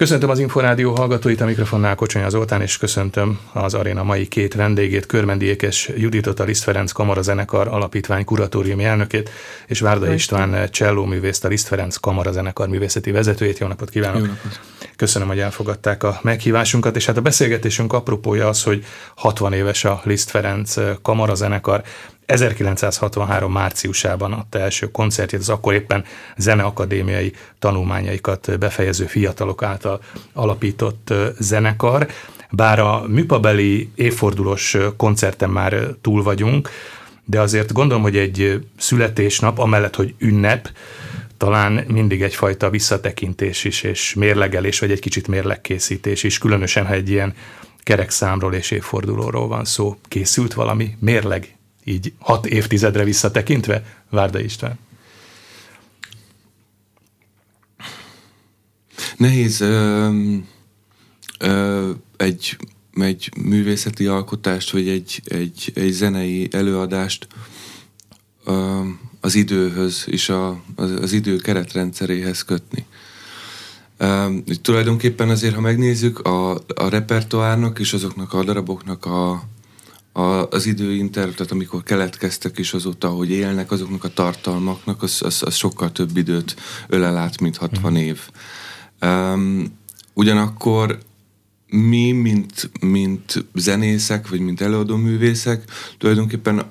Köszöntöm az Inforádió hallgatóit, a mikrofonnál Kocsonya Zoltán, és köszöntöm az aréna mai két vendégét, Körmendi Ékes Juditot, a Liszt Ferenc Kamarazenekar alapítvány kuratóriumi elnökét, és Várda István csellóművészt, a Liszt Ferenc Kamarazenekar művészeti vezetőjét. Jó napot kívánok! Jó napot! Köszönöm, hogy elfogadták a meghívásunkat, és hát a beszélgetésünk apropója az, hogy 60 éves a Liszt Ferenc Kamarazenekar. 1963 márciusában adta első koncertjét az akkor éppen zeneakadémiai tanulmányaikat befejező fiatalok által alapított zenekar. Bár a műpabeli évfordulós koncerten már túl vagyunk, de azért gondolom, hogy egy születésnap, amellett, hogy ünnep, talán mindig egyfajta visszatekintés is, és mérlegelés, vagy egy kicsit mérlegkészítés is, különösen, ha egy ilyen kerekszámról és évfordulóról van szó. Készült valami mérleg? Így 6 évtizedre visszatekintve, Várda István? Nehéz egy művészeti alkotást, vagy egy zenei előadást az időhöz és az idő keretrendszeréhez kötni. Tulajdonképpen azért, ha megnézzük, a repertoárnak és azoknak a daraboknak az időinterv, tehát amikor keletkeztek és azóta, hogy élnek, azoknak a tartalmaknak, az sokkal több időt ölel át, mint 60 év. Ugyanakkor mi, mint zenészek, vagy mint előadóművészek, tulajdonképpen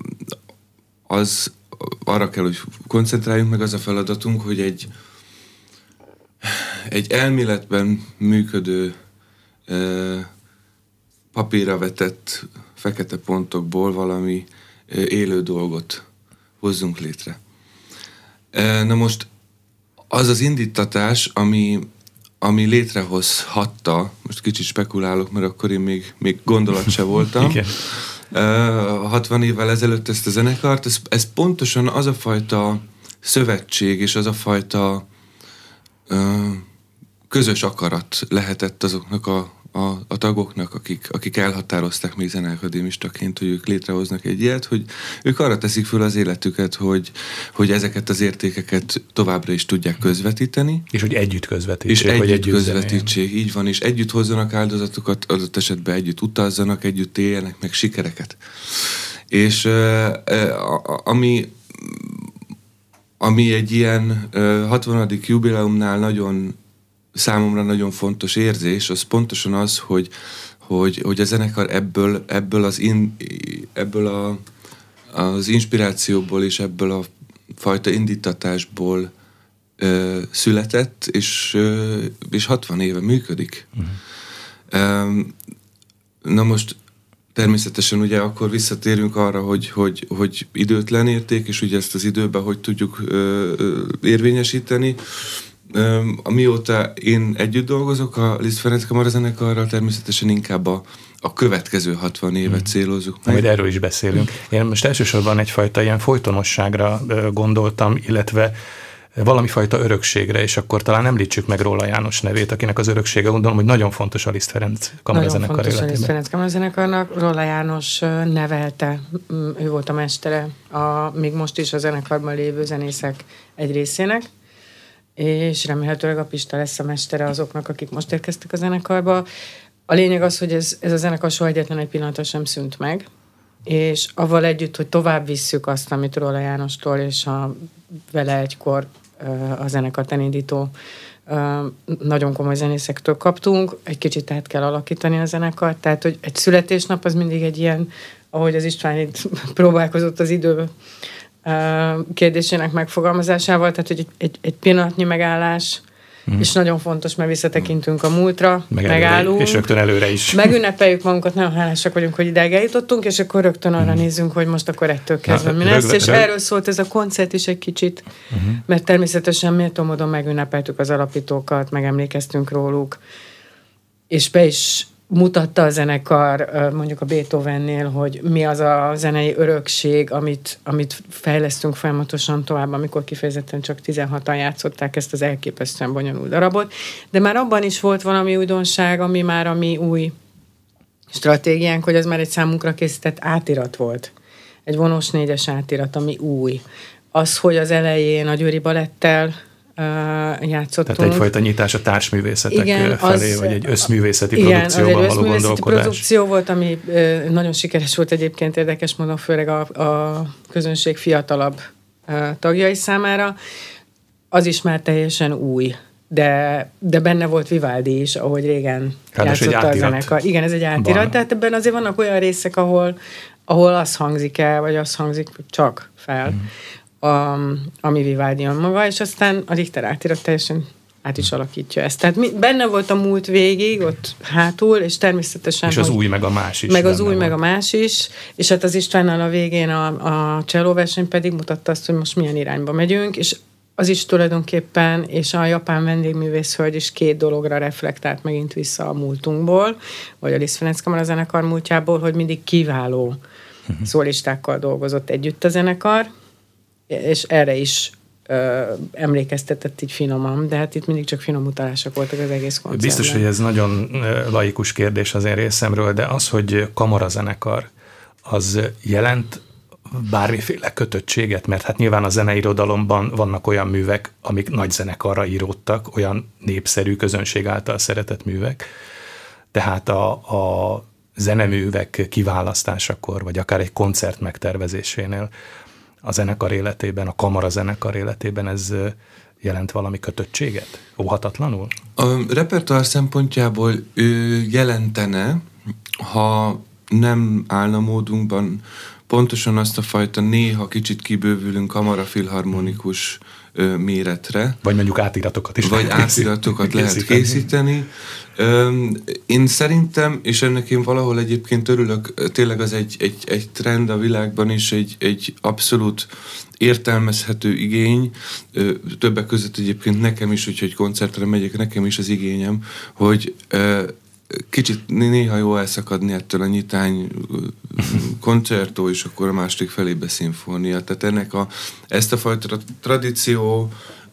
arra kell, hogy koncentráljunk, meg az a feladatunk, hogy egy elméletben működő papírra vetett fekete pontokból valami élő dolgot hozzunk létre. Na most az az indítatás, ami létrehozhatta, most kicsit spekulálok, mert akkor én még gondolat se voltam, 60 évvel ezelőtt ezt a zenekart, ez pontosan az a fajta szövetség és az a fajta közös akarat lehetett azoknak a tagoknak, akik elhatározták még zeneakadémistaként, hogy ők létrehoznak egy ilyet, hogy ők arra teszik föl az életüket, hogy ezeket az értékeket továbbra is tudják közvetíteni. És hogy együtt közvetítsék. És együtt közvetítsék, így van, és együtt hozzanak áldozatokat, adott esetben együtt utazzanak, együtt éljenek meg sikereket. És ami egy ilyen 60. jubileumnál számomra nagyon fontos érzés, az pontosan az, hogy a zenekar ebből az inspirációból és ebből a fajta indítatásból született, és 60 éve működik. Na most természetesen ugye akkor visszatérünk arra, hogy időtlen érték, és ugye ezt az időben hogy tudjuk érvényesíteni. Mióta én együtt dolgozok a Liszt Ferenc Kamarazenekarral, természetesen inkább a következő 60 évet célozzuk meg. Majd erről is beszélünk. Én most elsősorban egyfajta ilyen folytonosságra gondoltam, illetve valami fajta örökségre, és akkor talán említsük meg Róla János nevét, akinek az öröksége, gondolom, hogy nagyon fontos a Liszt Ferenc Kamarazenekar életében. Nagyon fontos a Liszt Ferenc Kamarazenekarnak. Róla János nevelte, ő volt a mestere, még most is a zenekarban lévő zenészek egy részének, és remélhetőleg a Pista lesz a mestere azoknak, akik most érkeztek a zenekarba. A lényeg az, hogy ez a zenekar soha egyetlen egy pillanatra sem szűnt meg, és avval együtt, hogy tovább visszük azt, amit Róla Jánostól és vele egykor a zenekart elindító nagyon komoly zenészektől kaptunk, egy kicsit át kell alakítani a zenekart, tehát hogy egy születésnap az mindig egy ilyen, ahogy az István itt próbálkozott az idő kérdésének megfogalmazásával, tehát hogy egy pillanatnyi megállás, és nagyon fontos, mert visszatekintünk a múltra, megállunk. És rögtön előre is. Megünnepeljük magunkat, nagyon hálásak vagyunk, hogy ideig eljutottunk, és akkor rögtön arra nézzünk, hogy most akkor ettől kezdve mi lesz. És erről szólt ez a koncert is egy kicsit, mert természetesen méltó módon megünnepeltük az alapítókat, megemlékeztünk róluk, és be is mutatta a zenekar, mondjuk a Beethovennél, hogy mi az a zenei örökség, amit fejlesztünk folyamatosan tovább, amikor kifejezetten csak 16-an játszották ezt az elképesztően bonyolult darabot. De már abban is volt valami újdonság, ami már a mi új stratégiánk, hogy az már egy számunkra készített átirat volt. Egy vonós 4-es átirat, ami új. Az, hogy az elején a Győri Balettel játszottunk. Tehát egyfajta nyitás a társművészetek felé, vagy egy összművészeti produkcióban való gondolkodás. Produkció volt, ami nagyon sikeres volt egyébként, érdekes módon, főleg a közönség fiatalabb tagjai számára. Az is már teljesen új, de benne volt Vivaldi is, ahogy régen játszott a zenekar. Igen, ez egy átirat, tehát ebben azért vannak olyan részek, ahol az hangzik el, vagy az hangzik csak fel, ami Vivaldi maga, és aztán a Richter átirat teljesen át is alakítja ezt. Tehát benne volt a múlt végig, ott hátul, és természetesen... És az új, meg a más is. Meg az új, meg a más is, és hát az Istvánnal a végén a csellóverseny pedig mutatta azt, hogy most milyen irányba megyünk, és az is tulajdonképpen, és a japán vendégművészhölgy is 2 dologra reflektált megint vissza a múltunkból, vagy a Liszt Ferenc Kamarazenekar múltjából, hogy mindig kiváló szólistákkal dolgozott együtt a zenekar, és erre is emlékeztetett így finoman, de hát itt mindig csak finom utalások voltak az egész koncertben. Biztos, hogy ez nagyon laikus kérdés az én részemről, de az, hogy kamarazenekar, az jelent bármiféle kötöttséget, mert hát nyilván a zeneirodalomban vannak olyan művek, amik nagy zenekarra íródtak, olyan népszerű közönség által szeretett művek. Tehát a zeneművek kiválasztásakor, vagy akár egy koncert megtervezésénél a zenekar életében, a kamarazenekar életében ez jelent valami kötöttséget? Óhatatlanul? A repertoár szempontjából jelentene, ha nem állna módunkban pontosan azt a fajta néha kicsit kibővülünk kamarafilharmonikus méretre. Vagy mondjuk átiratokat is. Vagy átiratokat lehet készíteni. Én szerintem, és ennek én valahol egyébként örülök, tényleg az egy trend a világban is, egy abszolút értelmezhető igény, többek között egyébként nekem is, úgyhogy koncertre megyek, nekem is az igényem, hogy kicsit néha jó elszakadni ettől a nyitány koncertó, és akkor a másik felébe szimfónia. Tehát ezt a fajta tradíció,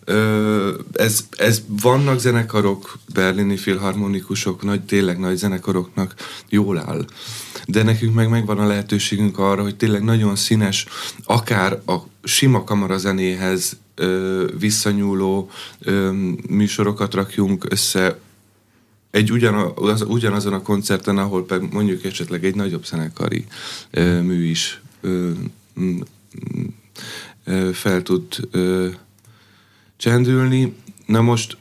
ez vannak zenekarok, berlini filharmonikusok, tényleg nagy zenekaroknak jól áll. De nekünk megvan a lehetőségünk arra, hogy tényleg nagyon színes, akár a sima kamarazenéhez visszanyúló műsorokat rakjunk össze, ugyanazon a koncerten, ahol mondjuk esetleg egy nagyobb zenekari mű is fel tud csendülni. Na most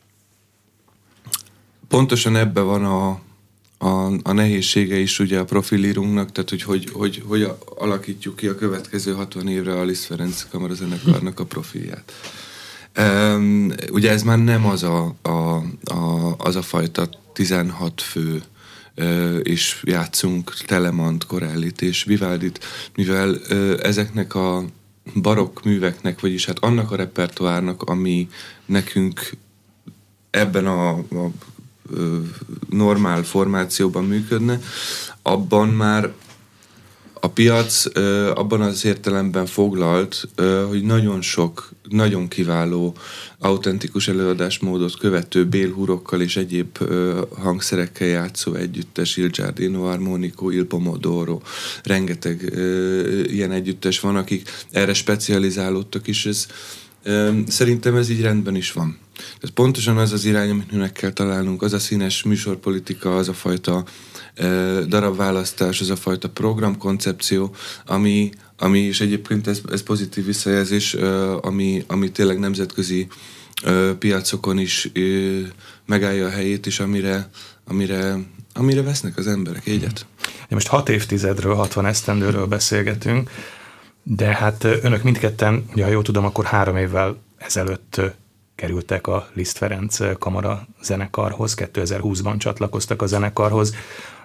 pontosan ebben van a nehézsége is ugye a profilírunknak, tehát hogy alakítjuk ki a következő 60 évre a Liszt Ferenc Kamarazenekarnak a profilját. Ugye ez már nem az a fajta 16 fő, és játszunk Telemant, Corellit és Vivaldit, mivel ezeknek a barokk műveknek, vagyis hát annak a repertoárnak, ami nekünk ebben a normál formációban működne, abban már a piac abban az értelemben foglalt, hogy nagyon sok, nagyon kiváló, autentikus előadásmódot követő bélhúrokkal és egyéb hangszerekkel játszó együttes, Il Giardino Armonico, Il Pomodoro, rengeteg ilyen együttes van, akik erre specializálódtak is. Szerintem ez így rendben is van. Tehát pontosan az az irány, amit meg kell találnunk, az a színes műsorpolitika, az a fajta darabválasztás, az a fajta programkoncepció, ami és egyébként ez pozitív visszajelzés, ami tényleg nemzetközi piacokon is megállja a helyét, és amire vesznek az emberek egyet. Most 6 évtizedről, 60 esztendőről beszélgetünk, de hát önök mindketten, ha jól tudom, akkor 3 évvel ezelőtt kerültek a Liszt Ferenc Kamara zenekarhoz, 2020-ban csatlakoztak a zenekarhoz.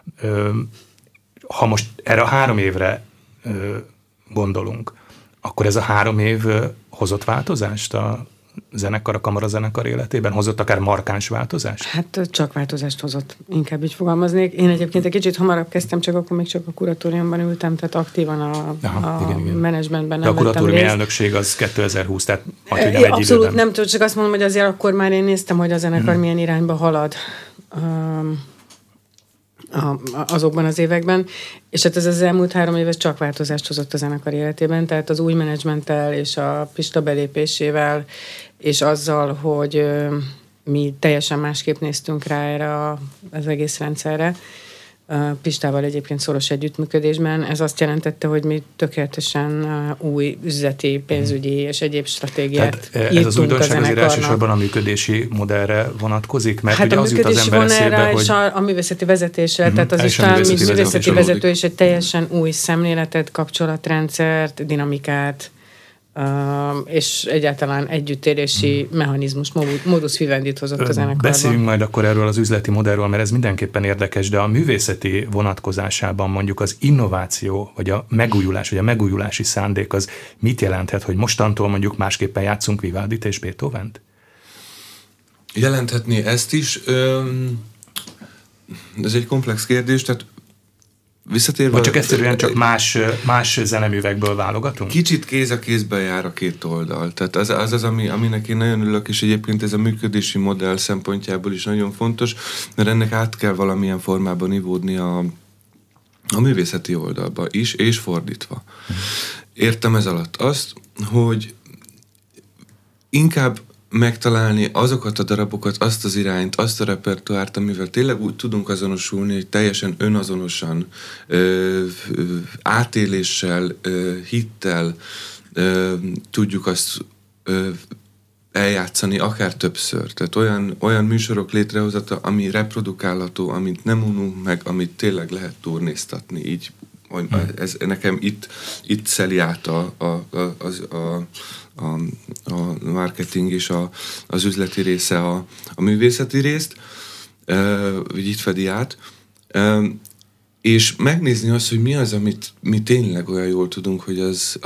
Ha most erre a 3 évre gondolunk, akkor ez a 3 év hozott változást a zenekar, a kamarazenekar életében? Hozott akár markáns változást? Hát csak változást hozott, inkább így fogalmaznék. Én egyébként egy kicsit hamarabb kezdtem, csak akkor még csak a kuratóriumban ültem, tehát aktívan a menedzsmentben nem vettem részt. De a kuratóriumi elnökség az 2020, tehát majd, hogy nem egy abszolút időben. Nem tudom, csak azt mondom, hogy azért akkor már én néztem, hogy a zenekar milyen irányba halad. azokban az években, és hát ez az elmúlt 3 éves csak változást hozott a zenekar életében, tehát az új menedzsmenttel és a Pista belépésével, és azzal, hogy mi teljesen másképp néztünk rá erre az egész rendszerre, Pistával egyébként szoros együttműködésben. Ez azt jelentette, hogy mi tökéletesen új üzleti, pénzügyi és egyéb stratégiát írtunk. Ez az újdonság azért elsősorban a működési modellre vonatkozik, mert hát ugye az jut az ember eszébe, hogy... és a művészeti vezetésre, tehát az is talán művészeti vezető és egy teljesen új szemléletet, kapcsolatrendszert, dinamikát, és egyáltalán együttérési mechanizmus, modus vivendit hozott a zenekarban. Beszéljünk majd akkor erről az üzleti modellről, mert ez mindenképpen érdekes, de a művészeti vonatkozásában mondjuk az innováció, vagy a megújulás, vagy a megújulási szándék az mit jelenthet, hogy mostantól mondjuk másképpen játszunk Vivaldit és Beethovent? Jelenthetné ezt is. Ez egy komplex kérdés, tehát visszatérve... Vagy csak egyszerűen csak más zeneművekből válogatunk? Kicsit kéz a kézben jár a két oldal. Tehát az, aminek én nagyon örülök, és egyébként ez a működési modell szempontjából is nagyon fontos, mert ennek át kell valamilyen formában ivódni a művészeti oldalba is, és fordítva. Értem ez alatt azt, hogy inkább megtalálni azokat a darabokat, azt az irányt, azt a repertoárt, amivel tényleg úgy tudunk azonosulni, hogy teljesen önazonosan, átéléssel, hittel tudjuk azt eljátszani akár többször. Tehát olyan műsorok létrehozata, ami reprodukálható, amit nem ununk meg, amit tényleg lehet turnéztatni. Így, ez nekem itt szeli át a marketing és az üzleti része a művészeti részt, vagy itt fedi át, és megnézni azt, hogy mi az, amit mi tényleg olyan jól tudunk, hogy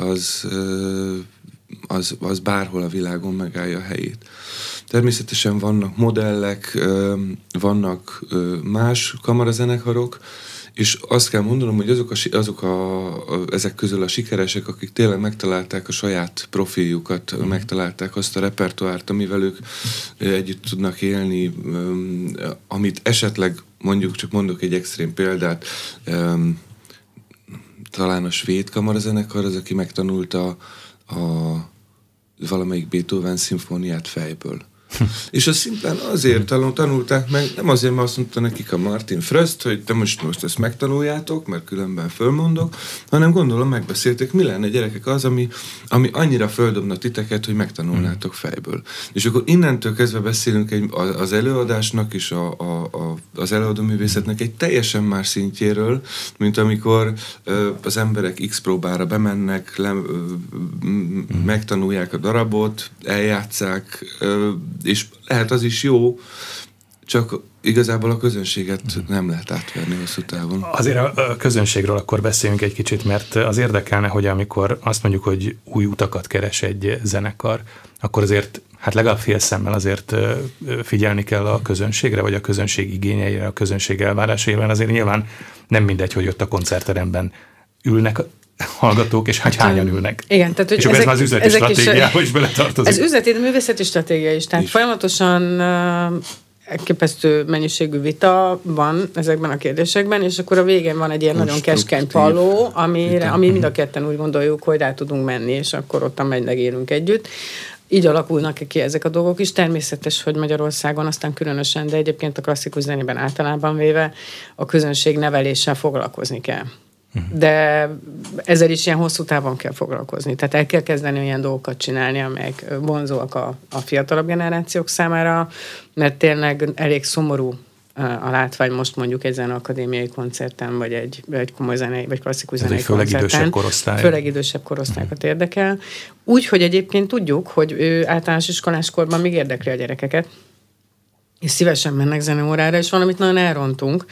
az bárhol a világon megállja a helyét. Természetesen vannak modellek, vannak más kamarazenekarok, és azt kell mondanom, hogy ezek közül a sikeresek, akik tényleg megtalálták a saját profiljukat, megtalálták azt a repertoárt, amivel ők együtt tudnak élni, amit esetleg mondok egy extrém példát, talán a svéd kamarazenekar az, aki megtanulta valamelyik Beethoven szimfóniát fejből. És azt szimplán azért tanulták meg, nem azért, mert azt mondta nekik a Martin Fröst, hogy te most ezt megtanuljátok, mert különben fölmondok, hanem gondolom megbeszélték, mi lenne gyerekek az, ami annyira földobna titeket, hogy megtanulnátok fejből. És akkor innentől kezdve beszélünk az előadásnak és az előadóművészetnek egy teljesen más szintjéről, mint amikor az emberek X próbára bemennek, megtanulják a darabot, eljátszák, és lehet az is jó, csak igazából a közönséget nem lehet átverni hosszú távon. Azért a közönségről akkor beszéljünk egy kicsit, mert az érdekelne, hogy amikor azt mondjuk, hogy új utakat keres egy zenekar, akkor azért hát legalább fél szemmel azért figyelni kell a közönségre, vagy a közönség igényeire, a közönség elvárásaira, azért nyilván nem mindegy, hogy ott a koncertteremben ülnek hallgatók, és hányan ülnek. Igen, tehát, és ez már az üzleti stratégiába is beletartozik. Ez üzleti, de művészeti stratégia is. Tehát folyamatosan elképesztő mennyiségű vita van ezekben a kérdésekben, és akkor a végén van egy ilyen nagyon keskeny palló, ami mind a ketten úgy gondoljuk, hogy rá tudunk menni, és akkor ottan megélünk együtt. Így alakulnak ki ezek a dolgok is. Természetes, hogy Magyarországon aztán különösen, de egyébként a klasszikus zenében általában véve a közönség neveléssel foglalkozni kell. De ezzel is ilyen hosszú távon kell foglalkozni. Tehát el kell kezdeni olyan dolgokat csinálni, amelyek vonzóak a fiatalabb generációk számára, mert tényleg elég szomorú a látvány most mondjuk egy zeneakadémiai koncerten, vagy egy komoly zenei, vagy klasszikus zenei koncerten. Főleg idősebb korosztályokat érdekel. Úgy, hogy egyébként tudjuk, hogy ő általános iskoláskorban még érdekli a gyerekeket, és szívesen mennek zeneórára, és valamit nagyon elrontunk.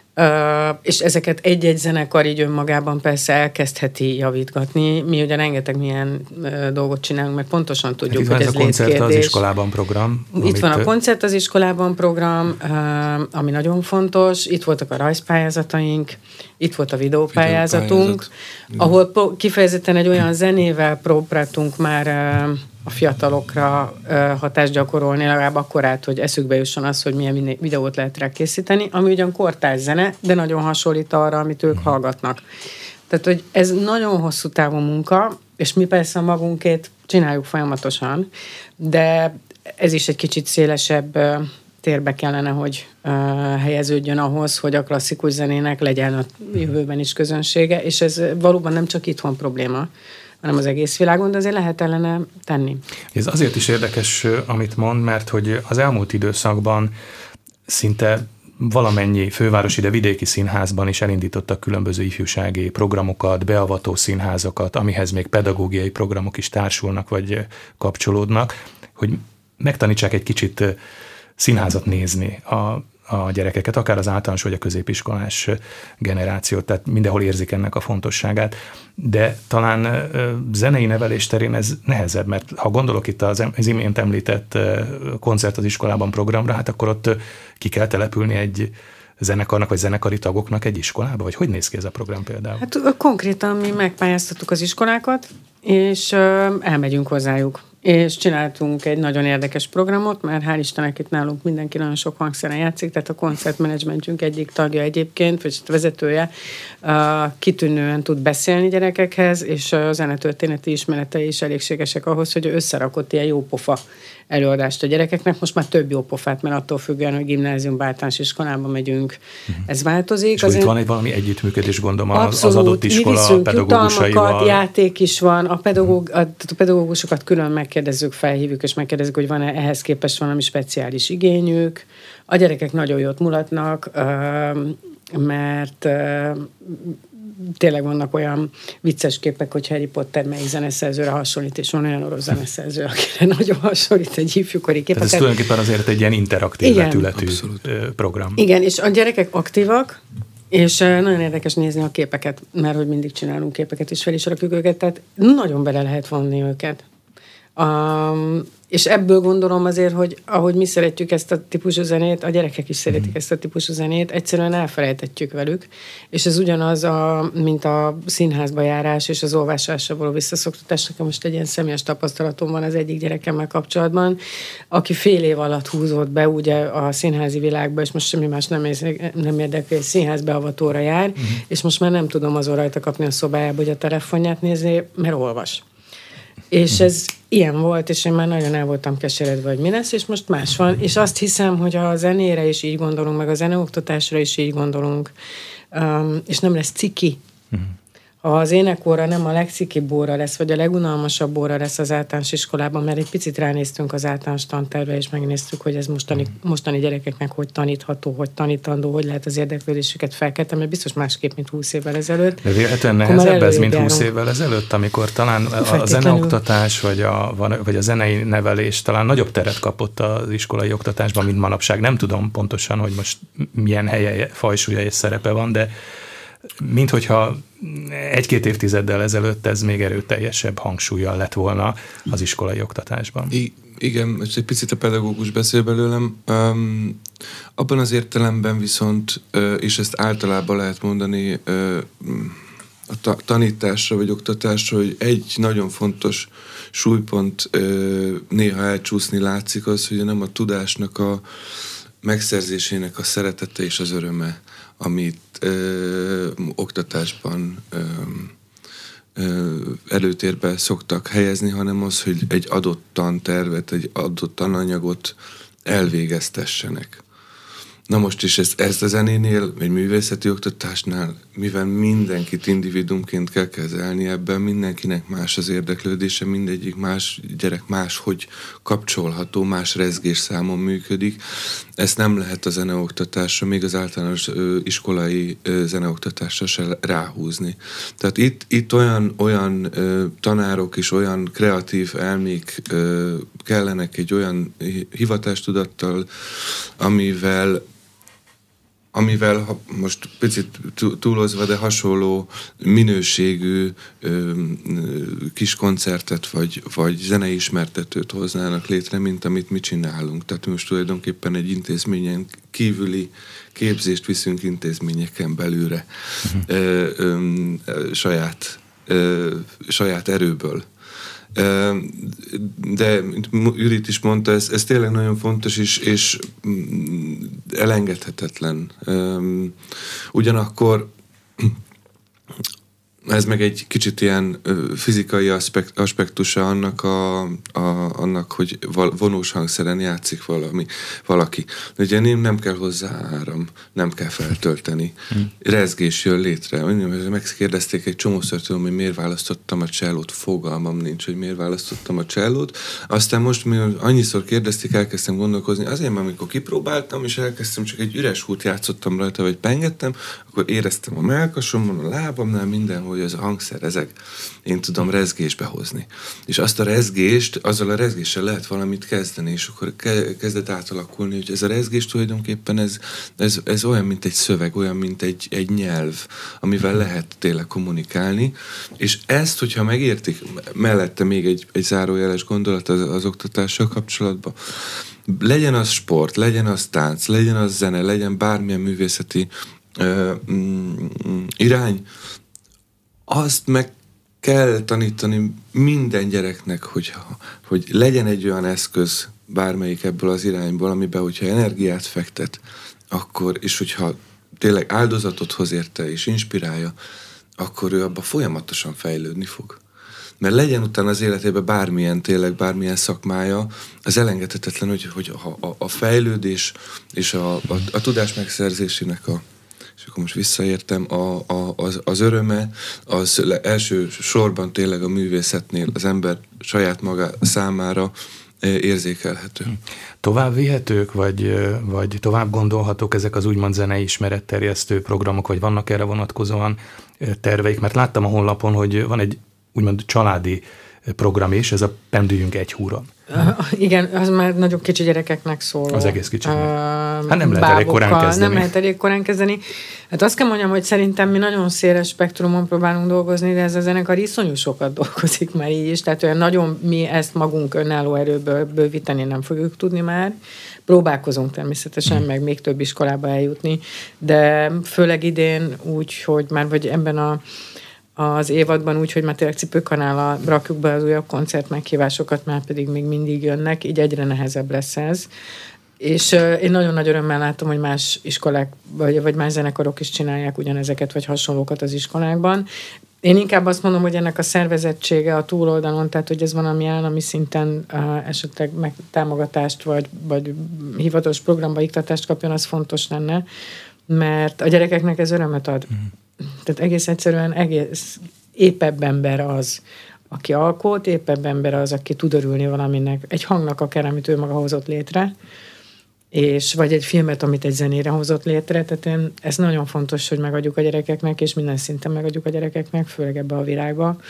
És ezeket egy-egy zenekar így önmagában persze elkezdheti javítgatni. Mi ugye rengeteg milyen dolgot csinálunk, mert pontosan tudjuk, hogy ez létkérdés. Itt van a koncert az iskolában program. Itt van a koncert az iskolában program, ami nagyon fontos. Itt voltak a rajzpályázataink, itt volt a videópályázatunk, ahol kifejezetten egy olyan zenével próbáltunk már a fiatalokra hatást gyakorolni, legalább akkor át, hogy eszükbe jusson az, hogy milyen videót lehet rá készíteni, ami ugyan kortárs zene, de nagyon hasonlít arra, amit ők hallgatnak. Tehát, hogy ez nagyon hosszú távú munka, és mi persze a magunkét csináljuk folyamatosan, de ez is egy kicsit szélesebb térbe kellene, hogy helyeződjön ahhoz, hogy a klasszikus zenének legyen a jövőben is közönsége, és ez valóban nem csak itthon probléma, hanem az egész világon, de azért lehet ellene tenni. Ez azért is érdekes, amit mond, mert hogy az elmúlt időszakban szinte valamennyi fővárosi, de vidéki színházban is elindítottak különböző ifjúsági programokat, beavató színházakat, amihez még pedagógiai programok is társulnak, vagy kapcsolódnak, hogy megtanítsák egy kicsit színházat nézni a gyerekeket, akár az általános vagy a középiskolás generációt, tehát mindenhol érzik ennek a fontosságát, de talán zenei nevelés terén ez nehezebb, mert ha gondolok itt az imént említett koncert az iskolában programra, hát akkor ott ki kell települni egy zenekarnak vagy zenekari tagoknak egy iskolába, vagy hogy néz ki ez a program például? Hát konkrétan mi megpályáztattuk az iskolákat, és elmegyünk hozzájuk. És csináltunk egy nagyon érdekes programot, mert hál' Istennek itt nálunk mindenki nagyon sok hangszeren játszik, tehát a koncertmenedzsmentünk egyik tagja egyébként, vagy vezetője kitűnően tud beszélni gyerekekhez, és a zenetörténeti ismeretei is elégségesek ahhoz, hogy összerakott ilyen jópofa előadást a gyerekeknek. Most már több jópofát, mert attól függően, hogy gimnáziumba, általános iskolába megyünk, ez változik. És azért van egy valami együttműködés, gondolom, az adott iskola pedagógusaival. Játék is van, a pedagógusokat külön megkérdezzük, felhívjuk, és megkérdezzük, hogy van-e ehhez képest valami speciális igényük. A gyerekek nagyon jót mulatnak, mert tényleg vannak olyan vicces képek, hogy Harry Potter melyik zeneszerzőre hasonlít, és van olyan orosz zeneszerző, akire nagyon hasonlít egy ifjúkori képet. Tehát ez tulajdonképpen azért egy ilyen interaktív vetületű program. Igen, és a gyerekek aktívak, és nagyon érdekes nézni a képeket, mert hogy mindig csinálunk képeket, és fel is rakjuk őket, tehát nagyon bele lehet vonni őket. És ebből gondolom azért, hogy ahogy mi szeretjük ezt a típusú zenét, a gyerekek is szeretik ezt a típusú zenét, egyszerűen elfelejtetjük velük, és ez ugyanaz, mint a színházba járás és az olvasásra való visszaszoktatás. Nekem most egy ilyen személyes tapasztalatom van az egyik gyerekemmel kapcsolatban, aki fél év alatt húzott be ugye a színházi világba, és most semmi más nem érdekel, hogy színházbeavatóra jár, és most már nem tudom azon rajta kapni a szobájába, hogy a telefonját nézni, mert olvas. És ez ilyen volt, és én már nagyon el voltam keseredve, hogy mi lesz, és most más van. És azt hiszem, hogy a zenére is így gondolunk, meg a zeneoktatásra is így gondolunk, és nem lesz ciki. Ha az énekóra nem a legcikibb óra lesz, vagy a legunalmasabb óra lesz az általános iskolában, mert egy picit ránéztünk az általános tantervre, és megnéztük, hogy ez mostani gyerekeknek hogy tanítható, hogy tanítandó, hogy lehet az érdeklődésüket felkelteni, mert biztos másképp, mint 20 évvel ezelőtt. De véletlenül nehezebb ez, mint 20 évvel ezelőtt, amikor talán a zeneoktatás, vagy a zenei nevelés talán nagyobb teret kapott az iskolai oktatásban, mint manapság. Nem tudom pontosan, hogy most milyen helye, fajsúlya és szerepe van, de minthogyha egy-két évtizeddel ezelőtt ez még erőteljesebb hangsúllyal lett volna az iskolai oktatásban. Igen, most egy picit a pedagógus beszél belőlem. Abban az értelemben viszont, és ezt általában lehet mondani a tanításra vagy oktatásra, hogy egy nagyon fontos súlypont néha elcsúszni látszik az, hogy nem a tudásnak a megszerzésének a szeretete és az öröme, amit oktatásban előtérbe szoktak helyezni, hanem az, hogy egy adott tantervet, egy adott tananyagot elvégeztessenek. Na most is ezt a zenénél, egy művészeti oktatásnál, mivel mindenkit individumként kell kezelni, ebben mindenkinek más az érdeklődése, mindegyik más gyerek máshogy kapcsolható, más rezgésszámon működik. Ezt nem lehet a zeneoktatásra, még az általános iskolai zeneoktatásra se ráhúzni. Tehát itt olyan tanárok és olyan kreatív elmék kellenek egy olyan hivatástudattal, amivel most picit túlozva, de hasonló minőségű kis koncertet vagy zenei ismertetőt hoznának létre, mint amit mi csinálunk. Tehát most tulajdonképpen egy intézményen kívüli képzést viszünk intézményeken belőle saját erőből. De Judit is mondta, ez tényleg nagyon fontos és elengedhetetlen. Ugyanakkor ez meg egy kicsit ilyen fizikai aspektusa annak, hogy vonós hangszeren játszik valaki. De ugye nem kell hozzá áram, nem kell feltölteni. Rezgés jön létre. Megkérdezték egy csomószor tőlem, hogy miért választottam a csellót. Fogalmam nincs, hogy miért választottam a csellót. Aztán most, mivel annyiszor kérdezték, elkezdtem gondolkozni. Azért, mert amikor kipróbáltam, és elkezdtem, csak egy üres hút játszottam rajta, vagy pengettem, akkor éreztem a mellkasomon, a lábamnál, mindenhol, hogy az a hangszer ezek, én tudom rezgésbe hozni. És azt a rezgést, azzal a rezgéssel lehet valamit kezdeni, és akkor kezdett átalakulni, hogy ez a rezgés tulajdonképpen ez olyan, mint egy szöveg, olyan, mint egy nyelv, amivel lehet tényleg kommunikálni, és ezt, hogyha megértik, mellette még egy zárójeles gondolat az oktatással kapcsolatban, legyen az sport, legyen az tánc, legyen az zene, legyen bármilyen művészeti irány, azt meg kell tanítani minden gyereknek, hogy legyen egy olyan eszköz bármelyik ebből az irányból, amiben, hogyha energiát fektet, akkor, és hogyha tényleg áldozatot hoz érte és inspirálja, akkor ő abban folyamatosan fejlődni fog. Mert legyen utána az életében bármilyen szakmája, az elengedhetetlen, hogy a fejlődés és a tudás megszerzésének és akkor most visszaértem, az öröme, az első sorban tényleg a művészetnél az ember saját maga számára érzékelhető. Tovább vihetők, vagy tovább gondolhatók ezek az úgymond zenei ismeretterjesztő programok, vagy vannak erre vonatkozóan terveik? Mert láttam a honlapon, hogy van egy úgymond családi program is, ez a Pendüljünk egy húron. Igen, az már nagyon kicsi gyerekeknek szól. Az egész kicsi. Hát nem lehet elég korán kezdeni. Nem lehet elég korán kezdeni. Hát azt kell mondjam, hogy szerintem mi nagyon széles spektrumon próbálunk dolgozni, de ez a zenekar iszonyú sokat dolgozik már így is, tehát olyan nagyon mi ezt magunk önálló erőből bővíteni nem fogjuk tudni már. Próbálkozunk természetesen, meg még több iskolába eljutni, de főleg idén úgy, hogy már vagy ebben az évadban úgy, hogy már tényleg Cipőkanállal rakjuk be az újabb koncert meghívásokat, már pedig még mindig jönnek, így egyre nehezebb lesz ez. És én nagyon nagy örömmel látom, hogy más iskolák, vagy más zenekarok is csinálják ugyanezeket, vagy hasonlókat az iskolákban. Én inkább azt mondom, hogy ennek a szervezettsége a túloldalon, tehát hogy ez valami állami szinten esetleg támogatást, vagy hivatalos programba iktatást kapjon, az fontos lenne, mert a gyerekeknek ez örömet ad. Tehát egész egyszerűen épebb ember az, aki alkot, épebb ember az, aki tud örülni valaminek, egy hangnak akár, amit ő maga hozott létre, vagy egy filmet, amit egy zenére hozott létre, tehát ez nagyon fontos, hogy megadjuk a gyerekeknek, és minden szinten megadjuk a gyerekeknek, főleg ebbe a világba.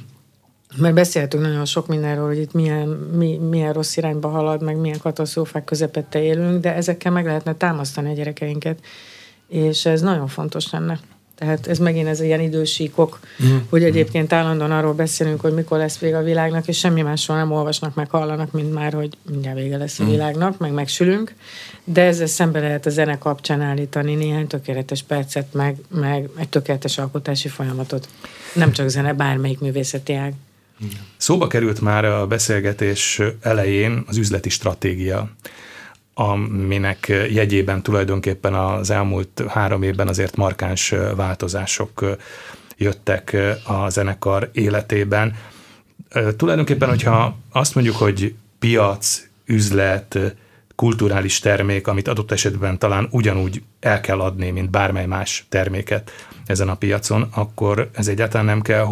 Mert beszéltünk nagyon sok mindenről, hogy itt milyen rossz irányba halad, meg milyen katasztrófák közepette élünk, de ezekkel meg lehetne támasztani a gyerekeinket, és ez nagyon fontos lenne. Tehát ez megint ez ilyen idősíkok, hogy egyébként állandóan arról beszélünk, hogy mikor lesz vége a világnak, és semmi másról nem olvasnak, meg hallanak, mint már, hogy mindjárt vége lesz a világnak, meg megsülünk. De ezzel szembe lehet a zene kapcsán állítani néhány tökéletes percet, meg egy tökéletes alkotási folyamatot. Nem csak zene, bármelyik művészeti ág. Szóba került már a beszélgetés elején az üzleti stratégia, aminek jegyében tulajdonképpen az elmúlt 3 évben azért markáns változások jöttek a zenekar életében. Tulajdonképpen, hogyha azt mondjuk, hogy piac, üzlet, kulturális termék, amit adott esetben talán ugyanúgy el kell adni, mint bármely más terméket ezen a piacon, akkor ez egyáltalán nem kell,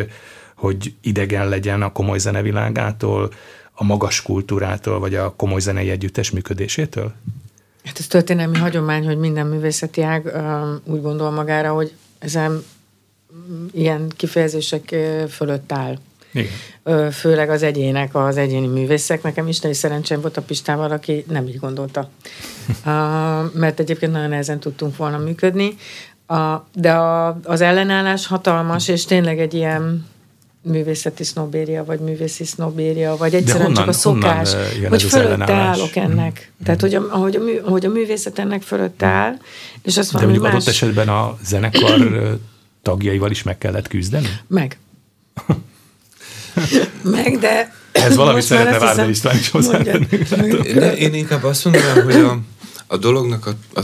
hogy idegen legyen a komoly zenevilágától, a magas kultúrától, vagy a komoly zenei együttes működésétől? Hát ez történelmi hagyomány, hogy minden művészeti ág úgy gondol magára, hogy ezen ilyen kifejezések fölött áll. Igen. Főleg az egyéni művészek. Nekem isteni szerencsém volt a Pistával, aki nem így gondolta. Mert egyébként nagyon nehezen tudtunk volna működni. De az ellenállás hatalmas, és tényleg egy ilyen művészeti sznobéria, vagy művészi sznobéria, vagy egyszerűen csak a szokás, hogy fölötte állok ennek. Tehát, hogy a művészet ennek fölötte áll, és azt mondom, de mondjuk adott esetben a zenekar tagjaival is meg kellett küzdeni? Meg. meg, de... Ez valami szeretne Várda István is hozzátenni. Én inkább azt mondanám, hogy a dolognak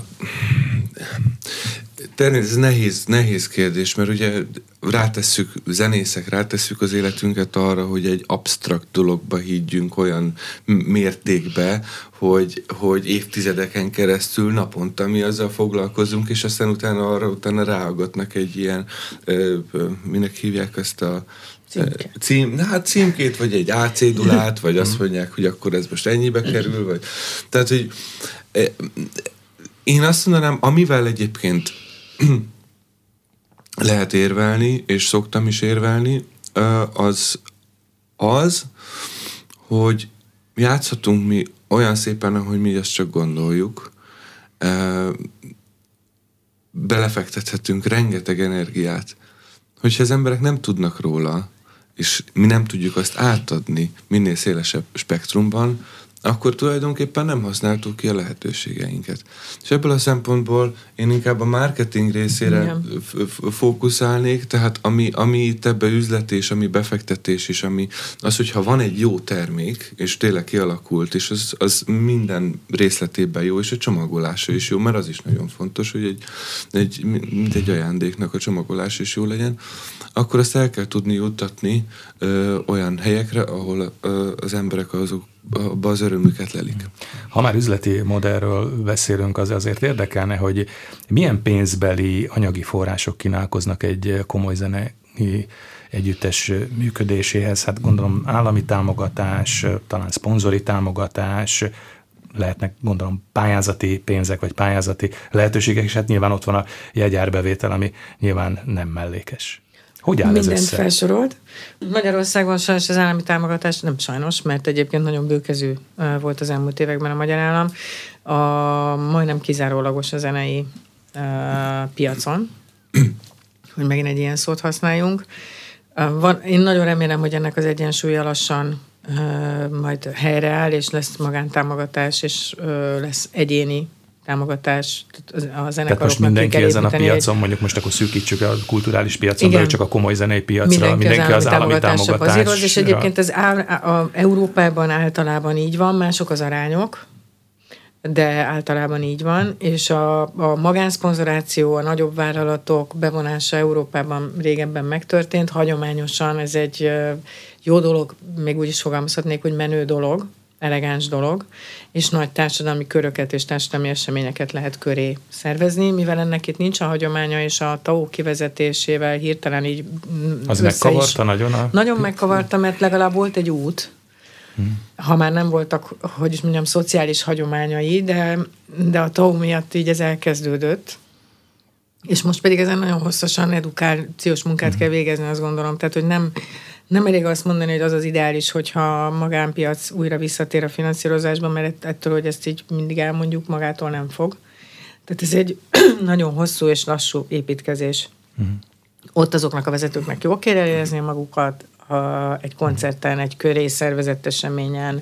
természetesen ez nehéz kérdés, mert ugye zenészek rátesszük az életünket arra, hogy egy absztrakt dologba higgyünk olyan mértékbe, hogy évtizedeken keresztül naponta mi azzal foglalkozunk, és aztán utána ráaggatnak egy ilyen, minek hívják ezt a címkét, vagy egy A-cédulát, vagy azt mondják, hogy akkor ez most ennyibe kerül, vagy... Tehát, hogy én azt mondanám, amivel egyébként lehet érvelni, és szoktam is érvelni, az, hogy játszhatunk mi olyan szépen, ahogy mi ezt csak gondoljuk, belefektethetünk rengeteg energiát. Hogyha az emberek nem tudnak róla, és mi nem tudjuk azt átadni minél szélesebb spektrumban, akkor tulajdonképpen nem használtuk ki a lehetőségeinket. És ebből a szempontból én inkább a marketing részére fókuszálnék, tehát ami itt ebbe üzlet és ami befektetés és ami az, hogyha van egy jó termék, és tényleg kialakult, és az minden részletében jó, és a csomagolása is jó, mert az is nagyon fontos, hogy mint egy ajándéknak a csomagolás is jó legyen, akkor azt el kell tudni juttatni olyan helyekre, ahol az emberek azok abba az örömüket lelik. Ha már üzleti modellről beszélünk, az azért érdekelne, hogy milyen pénzbeli anyagi források kínálkoznak egy komoly zenei együttes működéséhez. Hát gondolom állami támogatás, talán szponzori támogatás, lehetnek gondolom pályázati pénzek, vagy pályázati lehetőségek, és hát nyilván ott van a jegyárbevétel, ami nyilván nem mellékes. Hogy áll ez össze? Felsorolt. Magyarországon sajnos az állami támogatás, nem sajnos, mert egyébként nagyon bőkezű volt az elmúlt években a magyar állam, majdnem kizárólagos a zenei piacon, hogy megint egy ilyen szót használjunk. Én nagyon remélem, hogy ennek az egyensúlya lassan majd helyreáll, és lesz magántámogatás, és lesz egyéni támogatás a zenekaroknak. Tehát most mindenki ezen a piacon, mondjuk most akkor szűkítsük a kulturális piacon, de csak a komoly zenei piacra, mindenki az állami támogatásra. És egyébként az Európában általában így van, mások az arányok, de általában így van, és a magánszponzoráció, a nagyobb vállalatok bevonása Európában régebben megtörtént, hagyományosan ez egy jó dolog, még úgy is fogalmazhatnék, hogy menő dolog, elegáns dolog, és nagy társadalmi köröket és társadalmi eseményeket lehet köré szervezni, mivel ennek itt nincs a hagyománya, és a TAO kivezetésével hirtelen így az megkavarta nagyon Nagyon megkavarta, mert legalább volt egy út, ha már nem voltak, hogy is mondjam, szociális hagyományai, de a TAO miatt így ez elkezdődött, és most pedig ezen nagyon hosszasan edukációs munkát kell végezni, azt gondolom, tehát, hogy nem elég azt mondani, hogy az az ideális, hogyha a magánpiac újra visszatér a finanszírozásba, mert ettől, hogy ezt így mindig elmondjuk, magától nem fog. Tehát ez egy nagyon hosszú és lassú építkezés. Ott azoknak a vezetőknek jól kell érezni magukat, egy koncerten, egy köré szervezett eseményen,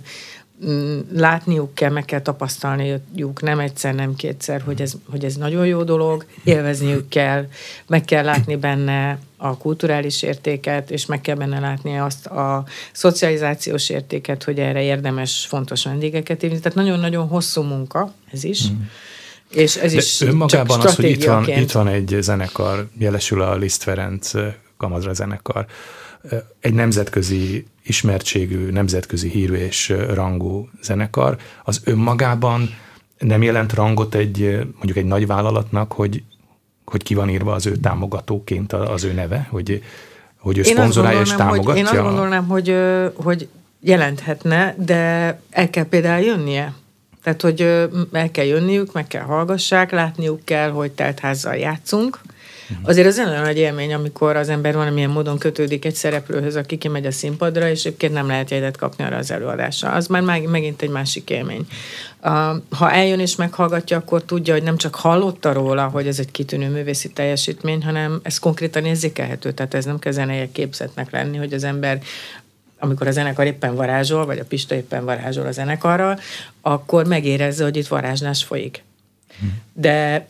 látniuk kell, meg kell tapasztalniuk nem egyszer, nem kétszer, hogy ez nagyon jó dolog, élvezniük kell, meg kell látni benne a kulturális értéket, és meg kell benne látni azt a szocializációs értéket, hogy erre érdemes, fontos vendégeket hívni. Tehát nagyon-nagyon hosszú munka ez is. És ez is önmagában az, hogy itt van egy zenekar, jelesül a Liszt Ferenc Kamazra zenekar, egy nemzetközi ismertségű, nemzetközi hírű és rangú zenekar, az önmagában nem jelent rangot mondjuk egy nagy vállalatnak, hogy ki van írva az ő támogatóként az ő neve, hogy ő szponzorálja és támogatja? Én azt gondolnám, hogy jelenthetne, de el kell például jönnie. Tehát, hogy el kell jönniük, meg kell hallgassák, látniuk kell, hogy teltházzal játszunk. Azért az olyan nagy élmény, amikor az ember valamilyen módon kötődik egy szereplőhöz, aki kimegy a színpadra, és egyébként nem lehet jegyet kapni arra az előadásra. Az már megint egy másik élmény. Ha eljön és meghallgatja, akkor tudja, hogy nem csak hallotta róla, hogy ez egy kitűnő művészi teljesítmény, hanem ez konkrétan érzékelhető. Tehát ez nem kell zenei képzetnek lenni, hogy az ember, amikor a zenekar éppen varázsol, vagy a Pista éppen varázsol a zenekarral, akkor megérezze, hogy itt varázslás folyik. De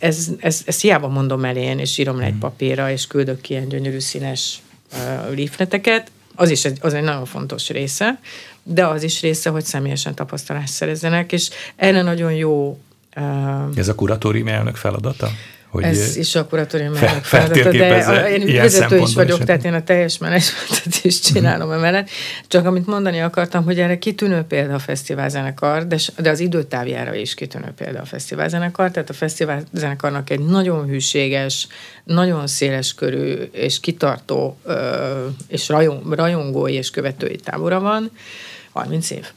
ez hiába mondom el én, és írom le egy papírra, és küldök ki ilyen gyönyörű színes leafleteket, Az egy nagyon fontos része, de az is része, hogy személyesen tapasztalást szerezzenek, és erre nagyon jó... Ez a kuratórium elnök feladata? Hogy ez is a kuratórium elnök feladata, de én vezető is vagyok, tehát én a teljes menedzsmentet is csinálom emellett. Csak amit mondani akartam, hogy erre kitűnő példa a fesztiválzenekar, de az időtávjára is kitűnő példa a fesztiválzenekar, tehát a fesztiválzenekarnak egy nagyon hűséges, nagyon széleskörű és kitartó és rajongói és követői tábora van, 30 év.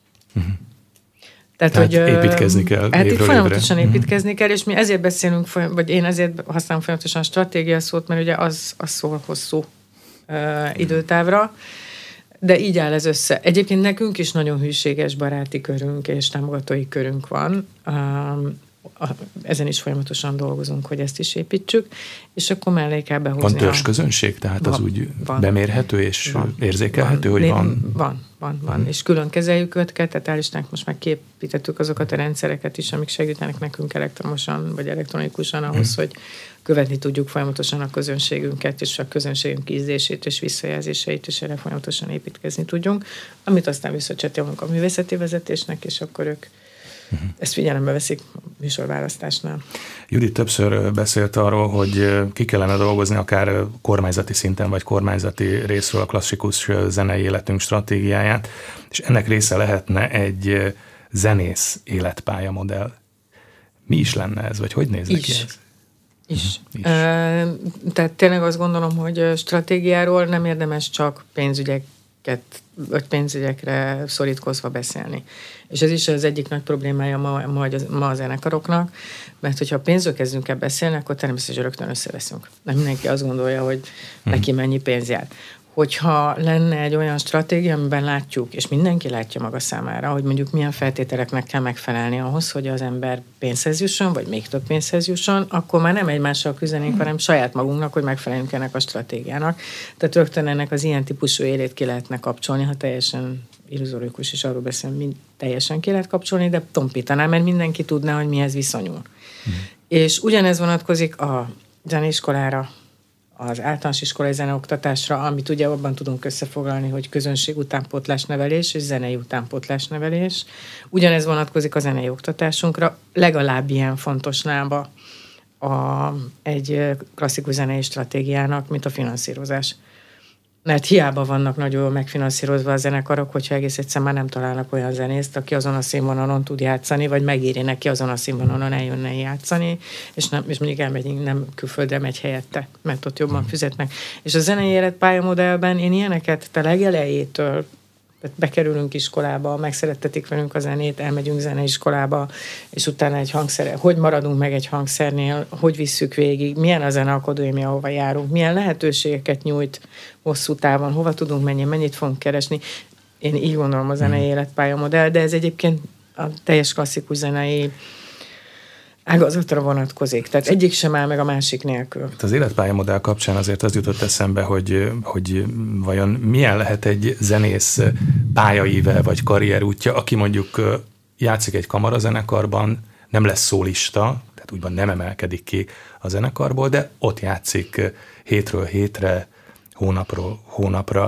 Tehát hogy építkezni kell. Hát itt folyamatosan építkezni kell, és mi ezért beszélünk, vagy én ezért használom folyamatosan a stratégia szót, mert ugye az szól hosszú időtávra, de így áll ez össze. Egyébként nekünk is nagyon hűséges baráti körünk és támogatói körünk van. Ezen is folyamatosan dolgozunk, hogy ezt is építsük, és akkor mellé kell behozni. Van törzsközönség, tehát az úgy bemérhető és érzékelhető, hogy van? Van. És külön kezeljük őket, tehát hál' Istennek most már kiépítettük azokat a rendszereket is, amik segítenek nekünk elektromosan vagy elektronikusan ahhoz, hogy követni tudjuk folyamatosan a közönségünket, és a közönségünk ízlését és visszajelzéseit, és erre folyamatosan építkezni tudjunk, amit aztán visszacsetélünk a művészeti vezetésnek, és akkor ők ezt figyelembe veszik műsorválasztásnál. Judit többször beszélt arról, hogy ki kellene dolgozni akár kormányzati szinten, vagy kormányzati részről a klasszikus zenei életünk stratégiáját, és ennek része lehetne egy zenész életpályamodell. Mi is lenne ez, vagy hogy néz neki ez? Is. Tehát tényleg azt gondolom, hogy stratégiáról nem érdemes csak pénzügyekre szorítkozva beszélni. És ez is az egyik nagy problémája ma a zenekaroknak, mert hogyha pénzről kezdünk el beszélni, akkor természetesen rögtön összeveszünk. Nem mindenki azt gondolja, hogy neki mennyi pénz jár. Hogyha lenne egy olyan stratégia, amiben látjuk, és mindenki látja maga számára, hogy mondjuk milyen feltételeknek kell megfelelni ahhoz, hogy az ember pénzhez jusson, vagy még több pénzhez jusson, akkor már nem egymással küzdenénk, hanem saját magunknak, hogy megfeleljünk ennek a stratégiának. Tehát rögtön ennek az ilyen típusú élét ki lehetne kapcsolni, ha teljesen illuzórikus, és arról beszélünk, teljesen ki lehet kapcsolni, de tompítaná, mert mindenki tudná, hogy mihez viszonyul. És ugyanez vonatkozik a zeneiskolára, az általános iskolai zeneoktatásra, amit ugye abban tudunk összefoglalni, hogy közönség utánpótlás nevelés és zenei utánpótlás nevelés. Ugyanez vonatkozik a zenei oktatásunkra, legalább ilyen fontos lába egy klasszikus zenei stratégiának, mint a finanszírozás. Mert hiába vannak nagyon megfinanszírozva a zenekarok, hogyha egész egyszerűen már nem találnak olyan zenészt, aki azon a színvonalon tud játszani, vagy megéri neki azon a színvonalon eljönne játszani, és mondjuk elmegyünk, nem külföldre megy helyette, mert ott jobban fizetnek. És a zenei életpályamodellben én ilyeneket a legelejétől bekerülünk iskolába, megszerettetik velünk a zenét, elmegyünk zeneiskolába, és utána egy hangszer, hogy maradunk meg egy hangszernél, hogy visszük végig, milyen a zeneakadémia, ahova járunk, milyen lehetőségeket nyújt hosszú távon, hova tudunk menni, mennyit fogunk keresni. Én így gondolom a zenei életpályamodell, de ez egyébként a teljes klasszikus zenei ágazatra vonatkozik. Tehát egyik sem áll meg a másik nélkül. Az életpályamodell kapcsán azért az jutott eszembe, hogy vajon milyen lehet egy zenész pályaíve vagy karrierútja, aki mondjuk játszik egy kamarazenekarban, nem lesz szólista, tehát úgymond nem emelkedik ki a zenekarból, de ott játszik hétről hétre, hónapról hónapra.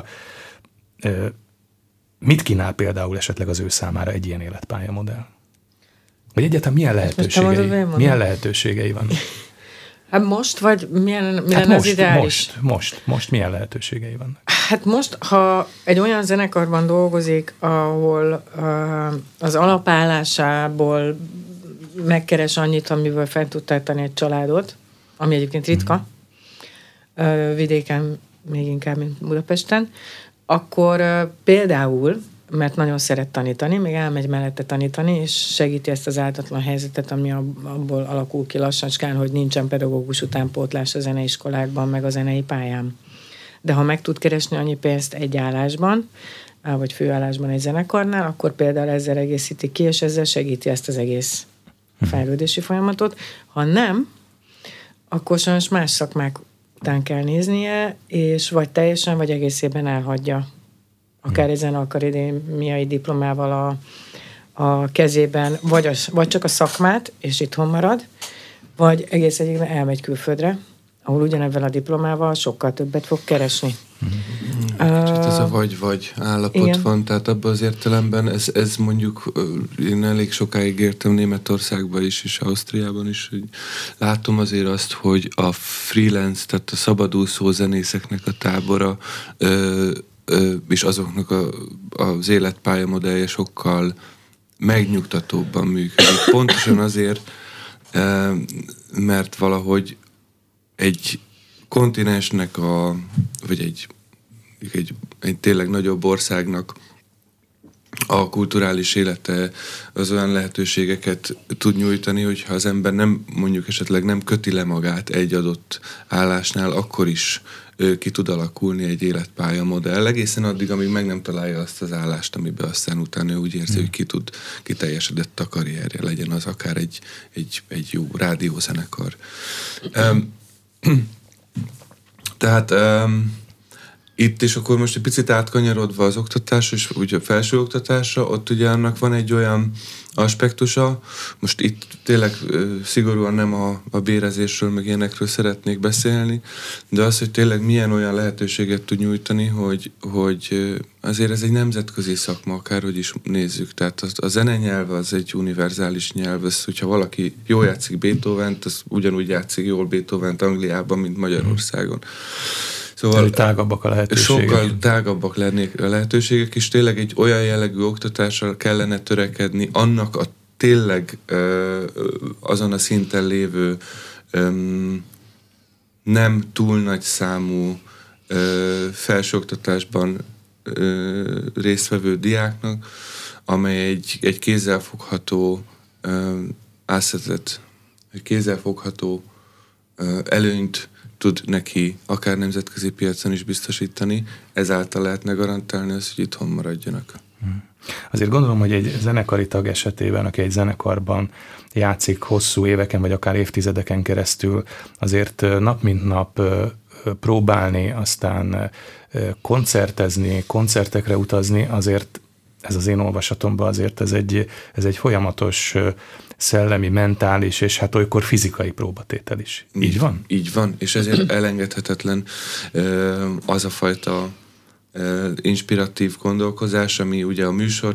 Mit kínál például esetleg az ő számára egy ilyen életpályamodell? Vagy egyáltalán milyen lehetőségei vannak? Hát most, vagy milyen az ideális? Most milyen lehetőségei vannak? Hát most, ha egy olyan zenekarban dolgozik, ahol az alapállásából megkeres annyit, amiből fent tud tartani egy családot, ami egyébként ritka, vidéken még inkább, mint Budapesten, akkor például, mert nagyon szeret tanítani, még elmegy mellette tanítani, és segíti ezt az áldatlan helyzetet, ami abból alakul ki lassacskán, hogy nincsen pedagógus utánpótlás a zeneiskolákban, meg a zenei pályán. De ha meg tud keresni annyi pénzt egy állásban, vagy főállásban egy zenekarnál, akkor például ezzel egészíti ki, és ezzel segíti ezt az egész fejlődési folyamatot. Ha nem, akkor sajnos más szakmák után kell néznie, és vagy teljesen, vagy egészében elhagyja. Akár egy zeneakadémiai diplomával a kezében, vagy csak a szakmát, és itthon marad, vagy egész egyébként elmegy külföldre, ahol ugyanebben a diplomával sokkal többet fog keresni. Az Ez a vagy-vagy állapot igen. van, tehát abban az értelemben ez mondjuk, én elég sokáig értem Németországban is, és Ausztriában is, hogy látom azért azt, hogy a freelance, tehát a szabadúszó zenészeknek a tábora és azoknak az életpályamodellje sokkal megnyugtatóbban működik. Pontosan azért, mert valahogy egy kontinensnek vagy egy tényleg nagyobb országnak a kulturális élete az olyan lehetőségeket tud nyújtani, hogyha az ember mondjuk esetleg nem köti le magát egy adott állásnál, akkor is ki tud alakulni egy életpályamodell, egészen addig, amíg meg nem találja azt az állást, amiben aztán utána ő úgy érzi, hogy kiteljesedett a karrierje, legyen az akár egy jó rádiózenekar. Tehát itt is akkor most egy picit átkanyarodva az oktatásra, és ugye a felsőoktatásra, ott ugye annak van egy olyan aspektusa, most itt tényleg szigorúan nem a bérezésről, meg ilyenekről szeretnék beszélni, de az, hogy tényleg milyen olyan lehetőséget tud nyújtani, hogy azért ez egy nemzetközi szakma, akárhogy is nézzük. Tehát a zenenyelv az egy univerzális nyelv, az, hogyha valaki jól játszik Beethovent, az ugyanúgy játszik jól Beethovent Angliában, mint Magyarországon. Szóval tágabbak a lehetőségek. Sokkal tágabbak lennék a lehetőségek, és tényleg egy olyan jellegű oktatásra kellene törekedni, annak a tényleg azon a szinten lévő nem túl nagy számú felsőoktatásban résztvevő diáknak, amely egy kézzelfogható asszetet, egy kézzelfogható előnyt tud neki akár nemzetközi piacon is biztosítani, ezáltal lehetne garantálni azt, hogy itthon maradjanak. Azért gondolom, hogy egy zenekari tag esetében, aki egy zenekarban játszik hosszú éveken, vagy akár évtizedeken keresztül, azért nap mint nap próbálni, aztán koncertezni, koncertekre utazni, azért ez az én olvasatomban azért ez egy folyamatos szellemi, mentális, és hát olykor fizikai próbatétel is. Így van? Így van, és ezért elengedhetetlen az a fajta inspiratív gondolkozás, ami ugye a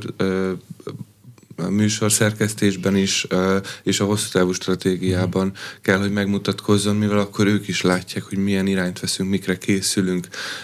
műsor szerkesztésben is, és a hosszú távú stratégiában kell, hogy megmutatkozzon, mivel akkor ők is látják, hogy milyen irányt veszünk, mikre készülünk.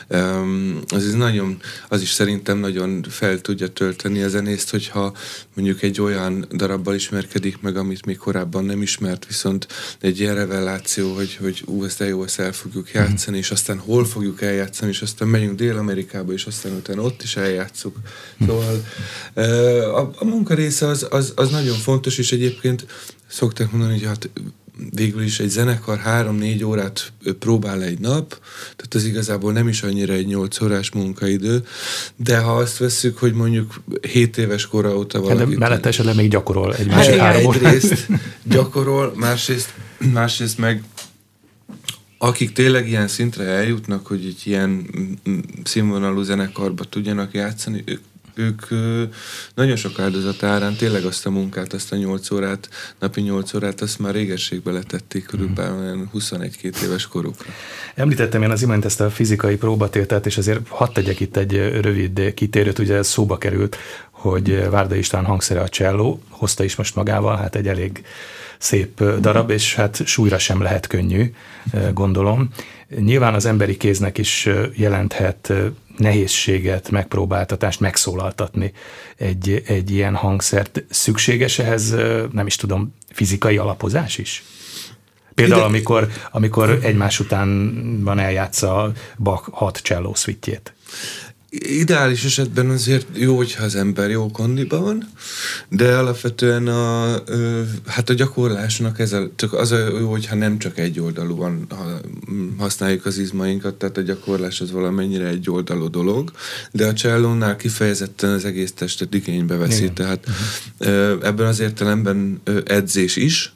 Az is szerintem nagyon fel tudja tölteni a zenészt, hogyha mondjuk egy olyan darabbal ismerkedik meg, amit még korábban nem ismert, viszont egy ilyen reveláció, hogy ezt el fogjuk játszani, és aztán hol fogjuk eljátszani, és aztán megyünk Dél-Amerikába, és aztán utána ott is eljátszuk. Szóval a munka része az nagyon fontos, és egyébként szokták mondani, hogy hát végül is egy zenekar 3-4 órát próbál egy nap, tehát az igazából nem is annyira egy 8 órás munkaidő, de ha azt vesszük, hogy mondjuk 7 éves kora óta valaki... De mellette esetleg még gyakorol egy másik 3 órát. Egyrészt gyakorol, másrészt meg akik tényleg ilyen szintre eljutnak, hogy egy ilyen színvonalú zenekarba tudjanak játszani, ők nagyon sok áldozat árán tényleg azt a munkát, azt a 8 órát, napi 8 órát, azt már régességbe letették körülbelül olyan 21-22 éves korukra. Említettem én az imént ezt a fizikai próbatételt, és azért hadd tegyek itt egy rövid kitérőt, ugye ez szóba került, hogy Várda István hangszere a cselló, hozta is most magával, hát egy elég szép darab, és hát súlyra sem lehet könnyű, gondolom. Nyilván az emberi kéznek is jelenthet nehézséget, megpróbáltatást megszólaltatni egy ilyen hangszert. Szükséges ehhez, nem is tudom, fizikai alapozás is? Például amikor egymás után eljátsza Bach 6 cselló szvittjét. Ideális esetben azért jó, hogyha az ember jó kondiban van, de alapvetően a gyakorlásnak csak az a jó, hogyha nem csak egyoldalúan használjuk az izmainkat, tehát a gyakorlás az valamennyire egyoldalú dolog, de a csellónál kifejezetten az egész testet igénybe veszi, igen. Tehát ebben az értelemben edzés is.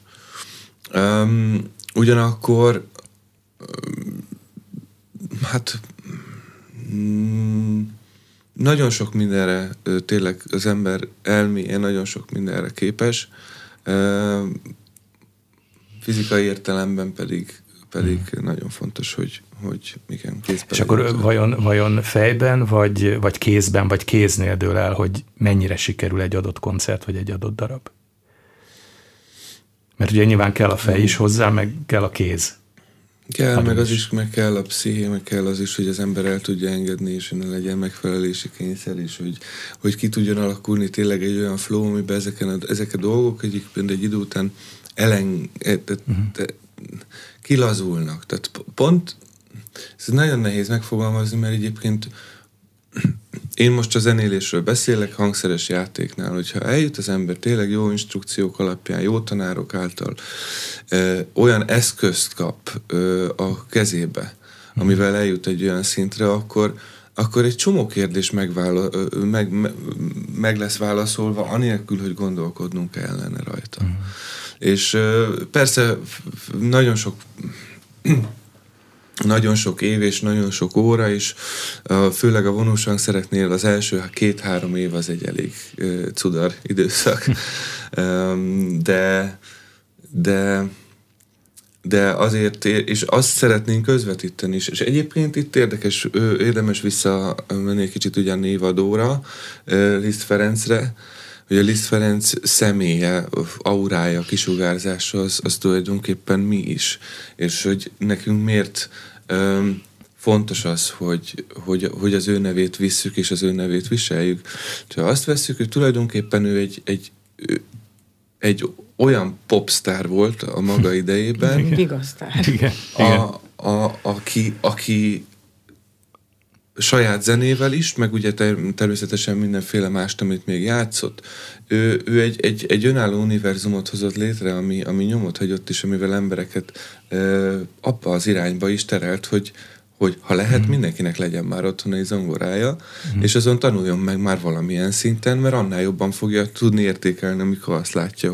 Ugyanakkor nagyon sok mindenre tényleg az ember elméje nagyon sok mindenre képes, fizikai értelemben pedig pedig nagyon fontos, hogy igen, kézben. És akkor vajon fejben, vagy kézben, vagy kéznél dől el, hogy mennyire sikerül egy adott koncert, vagy egy adott darab? Mert ugye nyilván kell a fej is hozzá, meg kell a kéz. Kell, meg az is, meg kell a psziché, meg kell az is, hogy az ember el tudja engedni, és ne legyen megfelelési kényszer, és hogy ki tudjon alakulni tényleg egy olyan flow, amiben ezek a dolgok egyébként egy idő után kilazulnak. Tehát pont, ez nagyon nehéz megfogalmazni, mert egyébként én most a zenélésről beszélek, hangszeres játéknál, hogyha eljut az ember tényleg jó instrukciók alapján, jó tanárok által olyan eszközt kap a kezébe, amivel eljut egy olyan szintre, akkor egy csomó kérdés meg lesz válaszolva, anélkül, hogy gondolkodnunk kellene rajta. És persze nagyon sok év és nagyon sok óra is, főleg a vonós hangszereknél az első 2-3 év az egy elég cudar időszak. De azért, és azt szeretnénk közvetíteni is. És egyébként itt érdemes visszamenni egy kicsit ugyan névadóra, Liszt Ferencre, hogy a Liszt Ferenc személye, aurája, kisugárzása az tulajdonképpen mi is. És hogy nekünk miért fontos az, hogy az ő nevét visszük, és az ő nevét viseljük. Ha azt vesszük, hogy tulajdonképpen ő egy olyan popstar volt a maga idejében. Gigasztár. Aki saját zenével is, meg ugye természetesen mindenféle mást, amit még játszott. Ő egy önálló univerzumot hozott létre, ami nyomot hagyott is, amivel embereket abba az irányba is terelt, hogy ha lehet, mindenkinek legyen már otthon egy zongorája, és azon tanuljon meg már valamilyen szinten, mert annál jobban fogja tudni értékelni, amikor azt látja,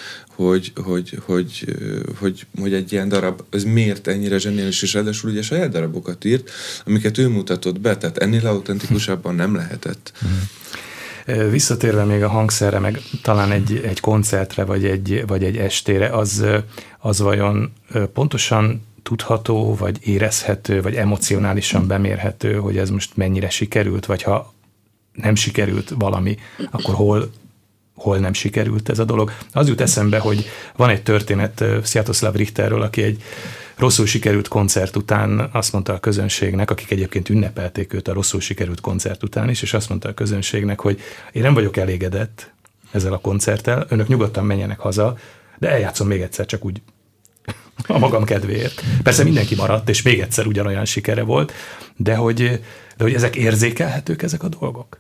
hogy egy ilyen darab, ez miért ennyire zseniális, és ráadásul ugye saját darabokat írt, amiket ő mutatott be, tehát ennél autentikusabban nem lehetett. Visszatérve még a hangszerre, meg talán egy koncertre, vagy egy estére, az vajon pontosan tudható, vagy érezhető, vagy emocionálisan bemérhető, hogy ez most mennyire sikerült, vagy ha nem sikerült valami, akkor hol nem sikerült ez a dolog. Az jut eszembe, hogy van egy történet Sviatoslav Richterről, aki egy rosszul sikerült koncert után azt mondta a közönségnek, akik egyébként ünnepelték őt a rosszul sikerült koncert után is, és azt mondta a közönségnek, hogy én nem vagyok elégedett ezzel a koncerttel, önök nyugodtan menjenek haza, de eljátszom még egyszer, csak úgy a magam kedvéért. Persze mindenki maradt, és még egyszer ugyanolyan sikere volt, de hogy ezek érzékelhetők, ezek a dolgok?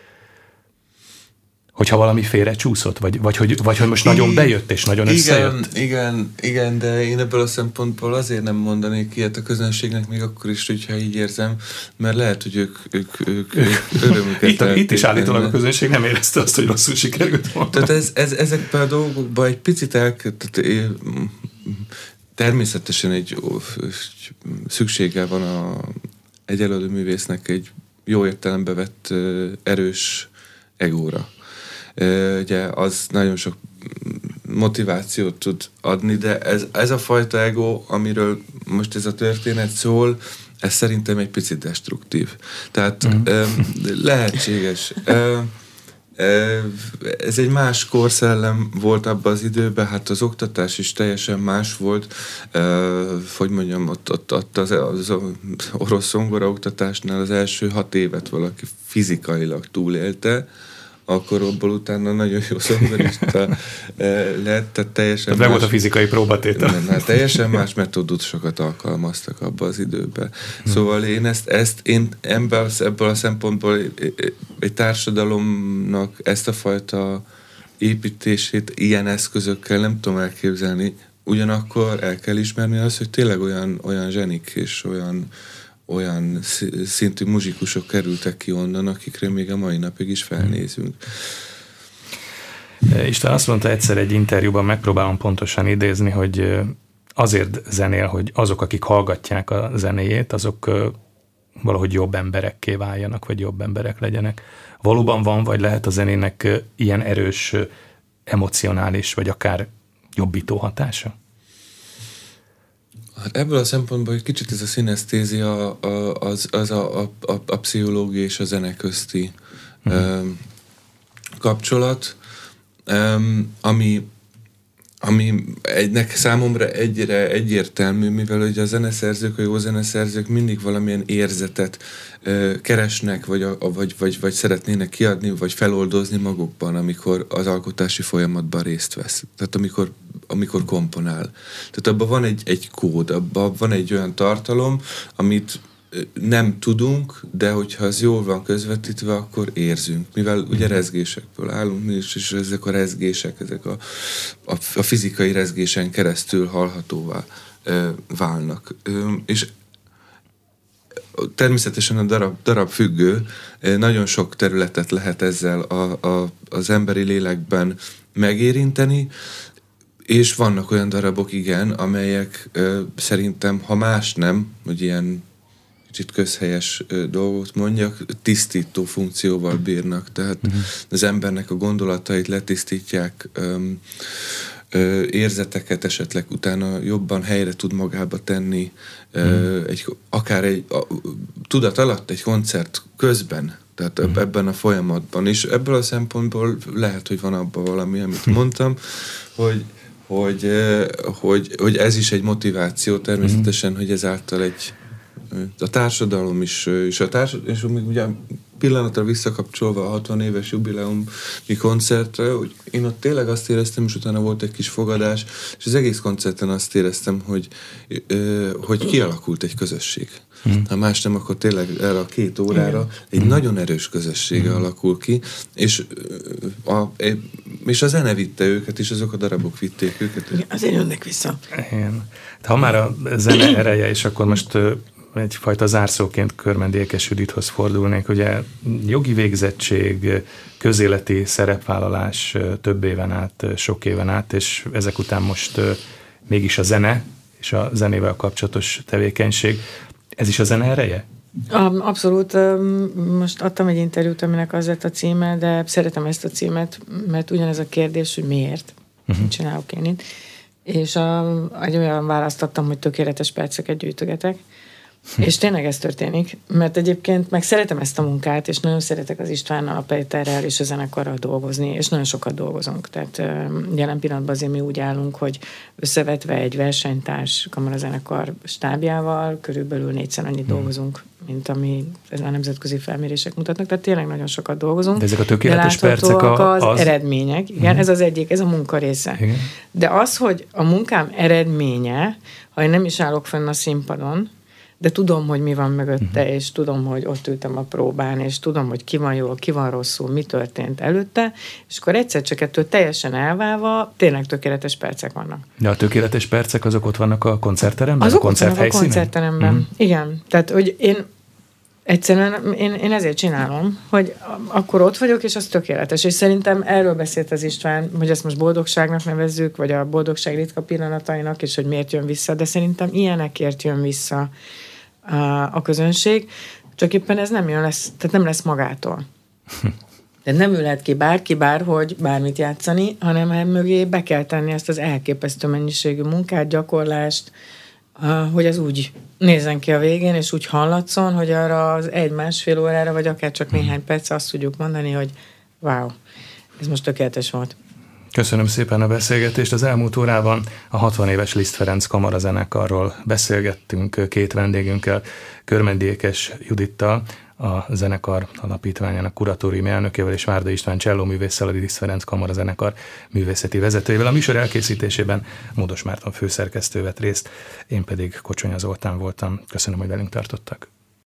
Hogyha valami félre csúszott, vagy hogy most nagyon bejött, és nagyon összejött? Igen, de én ebből a szempontból azért nem mondanék ilyet a közönségnek, még akkor is, hogyha így érzem, mert lehet, hogy ők örömüket itt is állítólag a közönség nem érezte azt, hogy rosszul sikerült volna. Tehát ezekben a dolgokban egy picit természetesen egy szüksége van egy előadóművésznek egy jó értelembe vett erős egóra. Ugye az nagyon sok motivációt tud adni, de ez a fajta ego, amiről most ez a történet szól, ez szerintem egy picit destruktív. Tehát lehetséges. Ez egy más korszellem volt abban az időben, hát az oktatás is teljesen más volt. Hogy mondjam, ott az orosz zongoraoktatásnál az első 6 évet valaki fizikailag túlélte, akkor abból utána nagyon jó szongorista lett, tehát teljesen más. Volt a fizikai próbatétel. Nem, teljesen más metódusokat alkalmaztak abban az időben. Szóval én én ebből a szempontból egy társadalomnak ezt a fajta építését ilyen eszközökkel nem tudom elképzelni. Ugyanakkor el kell ismerni azt, hogy tényleg olyan zsenik és olyan szintű muzsikusok kerültek ki onnan, akikre még a mai napig is felnézünk. Isten azt mondta egyszer egy interjúban, megpróbálom pontosan idézni, hogy azért zenél, hogy azok, akik hallgatják a zenéjét, azok valahogy jobb emberekké váljanak, vagy jobb emberek legyenek. Valóban van, vagy lehet a zenének ilyen erős, emocionális, vagy akár jobbító hatása? Hát ebből a szempontból egy kicsit ez a szinesztézia a pszichológia és a zene közti kapcsolat, ami számomra egyre egyértelmű, mivel ugye a zeneszerzők, a jó zeneszerzők mindig valamilyen érzetet keresnek, vagy szeretnének kiadni, vagy feloldozni magukban, amikor az alkotási folyamatban részt vesz. Tehát amikor komponál. Tehát abban van egy kód, abban van egy olyan tartalom, amit nem tudunk, de hogyha az jól van közvetítve, akkor érzünk. Mivel ugye rezgésekből állunk mi is, és ezek a rezgések, ezek a fizikai rezgésen keresztül hallhatóvá válnak. És természetesen a darab függő, nagyon sok területet lehet ezzel az emberi lélekben megérinteni, és vannak olyan darabok, igen, amelyek szerintem, ha más nem, hogy ilyen kicsit közhelyes dolgot mondjak, tisztító funkcióval bírnak. Tehát az embernek a gondolatait letisztítják, érzeteket esetleg utána jobban helyre tud magába tenni, akár egy tudat alatt egy koncert közben, tehát ebben a folyamatban. És ebből a szempontból lehet, hogy van abban valami, amit mondtam, hogy ez is egy motiváció természetesen, hogy ezáltal a társadalom is, és ugye pillanatra visszakapcsolva a 60 éves jubileumi koncertre, hogy én ott tényleg azt éreztem, és utána volt egy kis fogadás, és az egész koncerten azt éreztem, hogy kialakult egy közösség. Ha más nem, akkor tényleg erre a 2 órára egy nagyon erős közössége alakul ki, és a zene vitte őket, és azok a darabok vitték őket. Igen, azért jönnek vissza. Igen. Ha már a zene ereje, és akkor most egyfajta zárszóként Körmendi Ékes Judithoz fordulnék, ugye jogi végzettség, közéleti szerepvállalás több éven át, sok éven át, és ezek után most mégis a zene és a zenével kapcsolatos tevékenység. Ez is a zene ereje? Abszolút. Most adtam egy interjút, aminek az lett a címe, de szeretem ezt a címet, mert ugyanez a kérdés, hogy miért csinálok én itt. És egy olyan választottam, hogy tökéletes perceket gyűjtögetek. És tényleg ez történik, mert egyébként meg szeretem ezt a munkát, és nagyon szeretek az Istvánnal, a Péterrel és a zenekarral dolgozni, és nagyon sokat dolgozunk. Tehát jelen pillanatban azért mi úgy állunk, hogy összevetve egy versenytárs kamarazenekar stábjával körülbelül 4-szer annyit dolgozunk, mint ami a nemzetközi felmérések mutatnak. Tehát tényleg nagyon sokat dolgozunk. De ezek a tökéletes percek az eredmények. Igen, ez az egyik, ez a munka része. Igen. De az, hogy a munkám eredménye, ha én nem is állok fenn a színpadon, de tudom, hogy mi van mögötte, és tudom, hogy ott ültem a próbán, és tudom, hogy ki van jól, ki van rosszul, mi történt előtte, és akkor egyszer csak ettől teljesen elválva tényleg tökéletes percek vannak. De a tökéletes percek azok ott vannak a koncertteremben? Azok ott vannak a koncertteremben. Igen. Tehát, hogy én ezért csinálom, hogy akkor ott vagyok, és az tökéletes. És szerintem erről beszélt az István, hogy ezt most boldogságnak nevezzük, vagy a boldogság ritka pillanatainak, és hogy miért jön vissza, de szerintem ilyenekért jön vissza a közönség, csak éppen ez nem lesz magától. Tehát nem ülhet ki bárki bárhogy bármit játszani, hanem mögé be kell tenni ezt az elképesztő mennyiségű munkát, gyakorlást, hogy az úgy nézzen ki a végén, és úgy hallatszon, hogy arra az 1-1,5 órára, vagy akár csak néhány perc azt tudjuk mondani, hogy wow, ez most tökéletes volt. Köszönöm szépen a beszélgetést. Az elmúlt órában a 60 éves Liszt Ferenc kamarazenekarról beszélgettünk 2 vendégünkkel, Körmendi Ékes Judittal, a zenekar alapítványának kuratóriumi elnökével, és Várda István csellóművésszel, a Liszt Ferenc kamarazenekar művészeti vezetőjével. A műsor elkészítésében Módos Márton főszerkesztő vett részt, én pedig Kocsonya Zoltán voltam. Köszönöm, hogy velünk tartottak.